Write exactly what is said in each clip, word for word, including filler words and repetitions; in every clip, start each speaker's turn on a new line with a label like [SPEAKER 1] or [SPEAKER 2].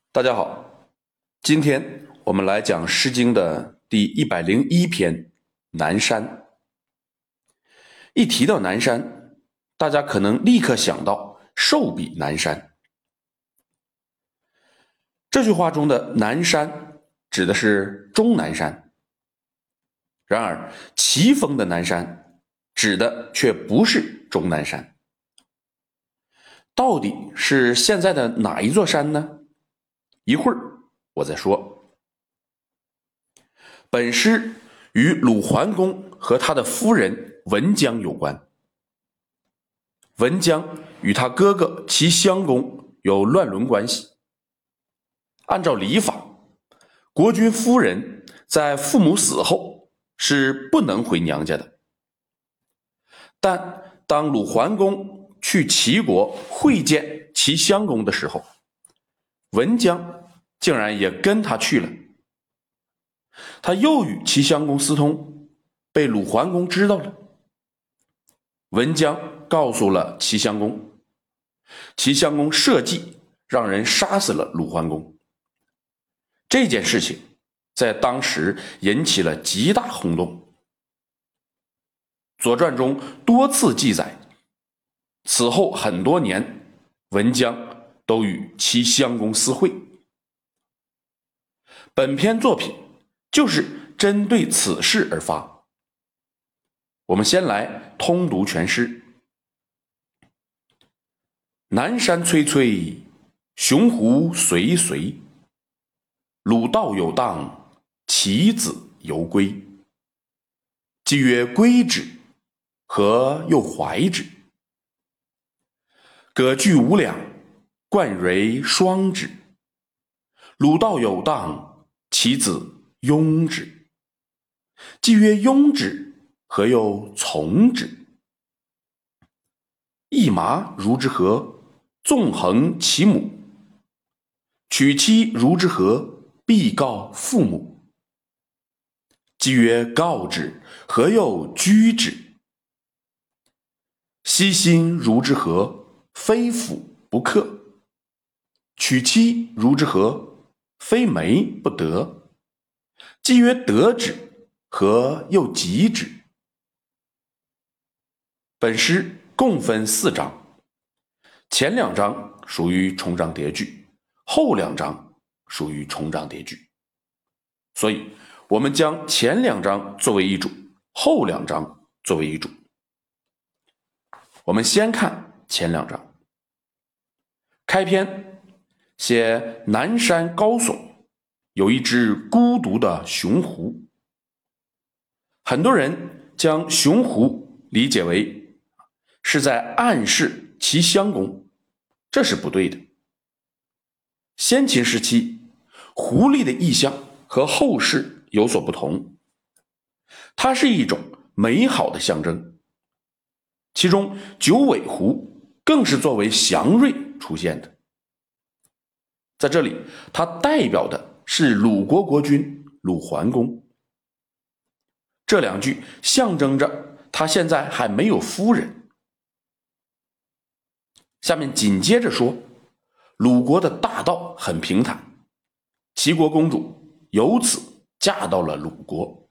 [SPEAKER 1] 大家好，今天我们来讲《诗经》的第一百零一篇《南山》。一提到南山，大家可能立刻想到寿比南山。这句话中的南山指的是终南山，然而齐风的南山指的却不是终南山。到底是现在的哪一座山呢？一会儿我再说。本诗与鲁桓公和他的夫人文姜有关。文姜与他哥哥齐襄公有乱伦关系。按照礼法，国君夫人在父母死后是不能回娘家的。但当鲁桓公去齐国会见齐襄公的时候，文姜竟然也跟他去了。他又与齐襄公私通，被鲁桓公知道了。文姜告诉了齐襄公，齐襄公设计让人杀死了鲁桓公。这件事情在当时引起了极大轰动。左传中多次记载，此后很多年，文姜都与齐襄公私会。本篇作品就是针对此事而发。我们先来通读全诗。南山崔崔，雄狐随随，鲁道有荡，其子犹归。既曰归之，何又怀之？葛具无两，冠蕤双之。鲁道有荡，其子拥之。既曰拥之，何又从之？一麻如之何？纵横其母。娶妻如之何？必告父母。既曰告之，何又居之？悉心如之何？非辅不克。娶妻如之何？非媒不得。既曰得之，何又及之？本诗共分四章，前两章属于重章叠句，后两章属于重章叠句。所以我们将前两章作为一主，后两章作为一主。我们先看前两章。开篇写南山高耸，有一只孤独的雄狐。很多人将雄狐理解为是在暗示齐襄公，这是不对的。先秦时期，狐狸的意象和后世有所不同，它是一种美好的象征。其中九尾狐更是作为祥瑞出现的。在这里，它代表的是鲁国国君鲁桓公。这两句象征着他现在还没有夫人。下面紧接着说，鲁国的大道很平坦，齐国公主由此嫁到了鲁国。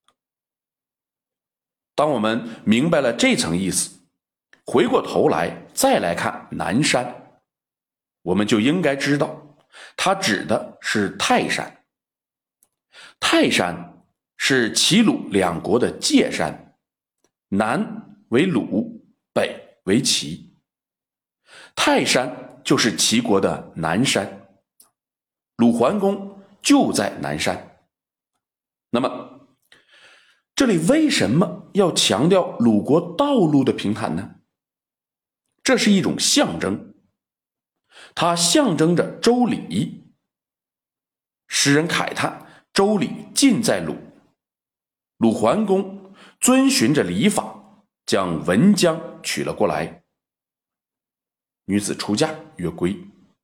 [SPEAKER 1] 当我们明白了这层意思，回过头来再来看南山，我们就应该知道它指的是泰山。泰山是齐鲁两国的界山，南为鲁，北为齐。泰山就是齐国的南山，鲁桓公就在南山。那么这里为什么要强调鲁国道路的平坦呢？这是一种象征，它象征着周礼。诗人慨叹周礼尽在鲁，鲁桓公遵循着礼法，将文姜娶了过来。女子出嫁曰归。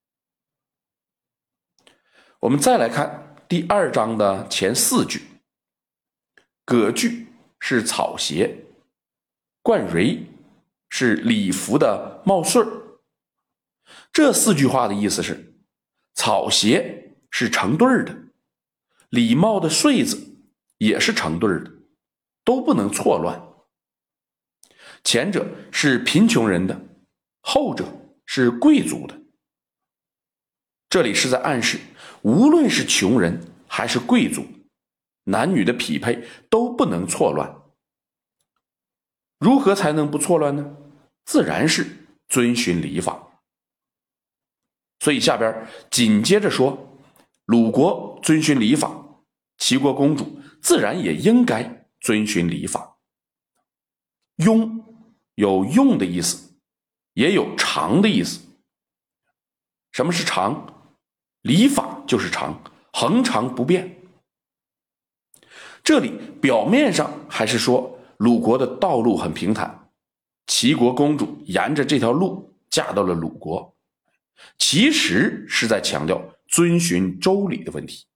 [SPEAKER 1] 我们再来看第二章的前四句。葛具是草鞋，冠蕤是礼服的帽穗儿。这四句话的意思是，草草鞋是成对儿的，礼帽的穗子也是成对儿的，都不能错乱。前者是贫穷人的，后者是贵族的。这里是在暗示，无论是穷人还是贵族，男女的匹配都不能错乱。如何才能不错乱呢？自然是遵循礼法。所以下边紧接着说，鲁国遵循礼法，齐国公主自然也应该遵循礼法。庸有用的意思，也有长的意思。什么是长？礼法就是长，恒长不变。这里表面上还是说鲁国的道路很平坦，齐国公主沿着这条路嫁到了鲁国，其实是在强调遵循周礼的问题。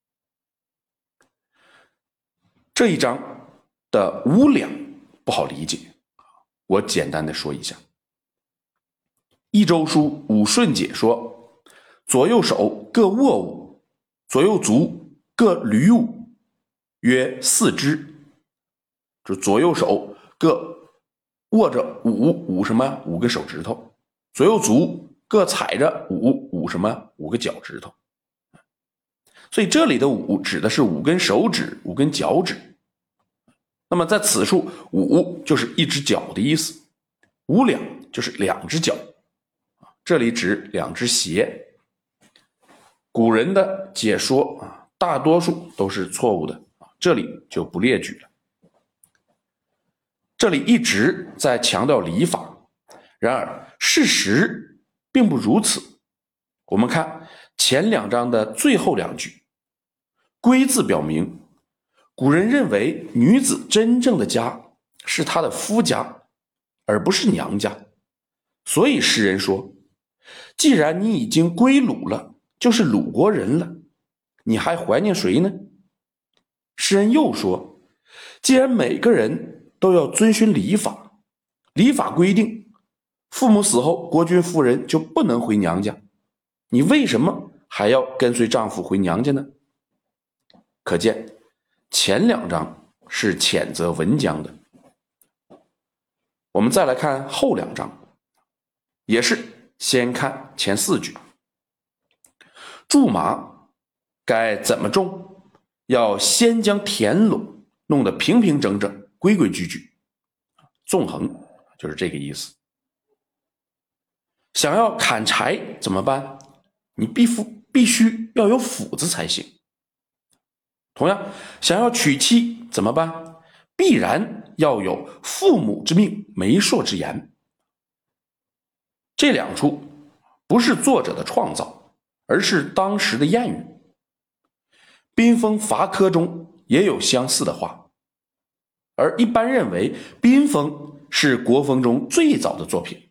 [SPEAKER 1] 这一章的五两不好理解，我简单的说一下。一周书武顺解说，左右手各握舞，左右足各捋舞，约四肢。就左右手各握着五五什么五个手指头，左右足各踩着五五什么五个脚趾头。所以这里的五指的是五根手指，五根脚趾。那么在此处，五就是一只脚的意思，五两就是两只脚，这里指两只鞋。古人的解说啊，大多数都是错误的，这里就不列举了。这里一直在强调礼法，然而事实并不如此。我们看前两章的最后两句，归字表明，古人认为女子真正的家是她的夫家，而不是娘家。所以诗人说，既然你已经归鲁了，就是鲁国人了，你还怀念谁呢？诗人又说，既然每个人都要遵循礼法，礼法规定父母死后国君夫人就不能回娘家，你为什么还要跟随丈夫回娘家呢？可见前两章是谴责文姜的。我们再来看后两章，也是先看前四句。苎麻该怎么种？要先将田垄弄得平平整整，规规矩矩，纵横就是这个意思。想要砍柴怎么办？你必必须要有斧子才行。同样，想要娶妻怎么办？必然要有父母之命，媒妁之言。这两处不是作者的创造，而是当时的谚语。宾风伐科中也有相似的话，而一般认为宾风是国风中最早的作品。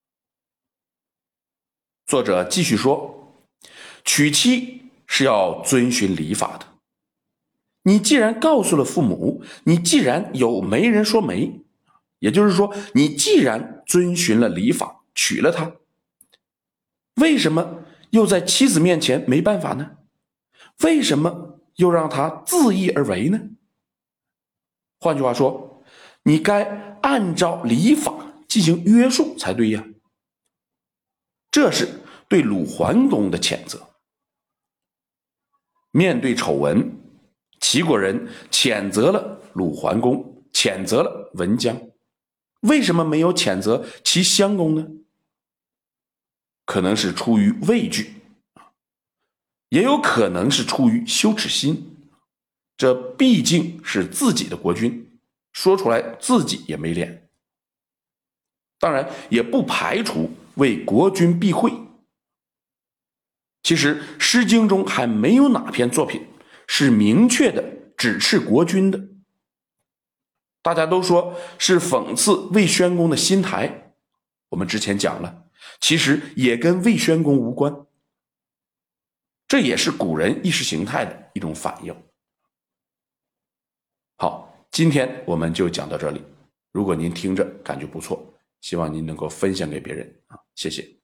[SPEAKER 1] 作者继续说，娶妻是要遵循礼法的。你既然告诉了父母，你既然有媒人说媒，也就是说，你既然遵循了礼法，娶了她，为什么又在妻子面前没办法呢？为什么又让她自意而为呢？换句话说，你该按照礼法进行约束才对呀。这是对鲁桓公的谴责。面对丑闻，齐国人谴责了鲁桓公，谴责了文姜，为什么没有谴责齐襄公呢？可能是出于畏惧，也有可能是出于羞耻心。这毕竟是自己的国君，说出来自己也没脸。当然，也不排除为国君避讳。其实《诗经》中还没有哪篇作品是明确的指斥国君的。大家都说是讽刺魏宣公的新台，我们之前讲了，其实也跟魏宣公无关。这也是古人意识形态的一种反应。好，今天我们就讲到这里。如果您听着感觉不错，希望您能够分享给别人啊，谢谢。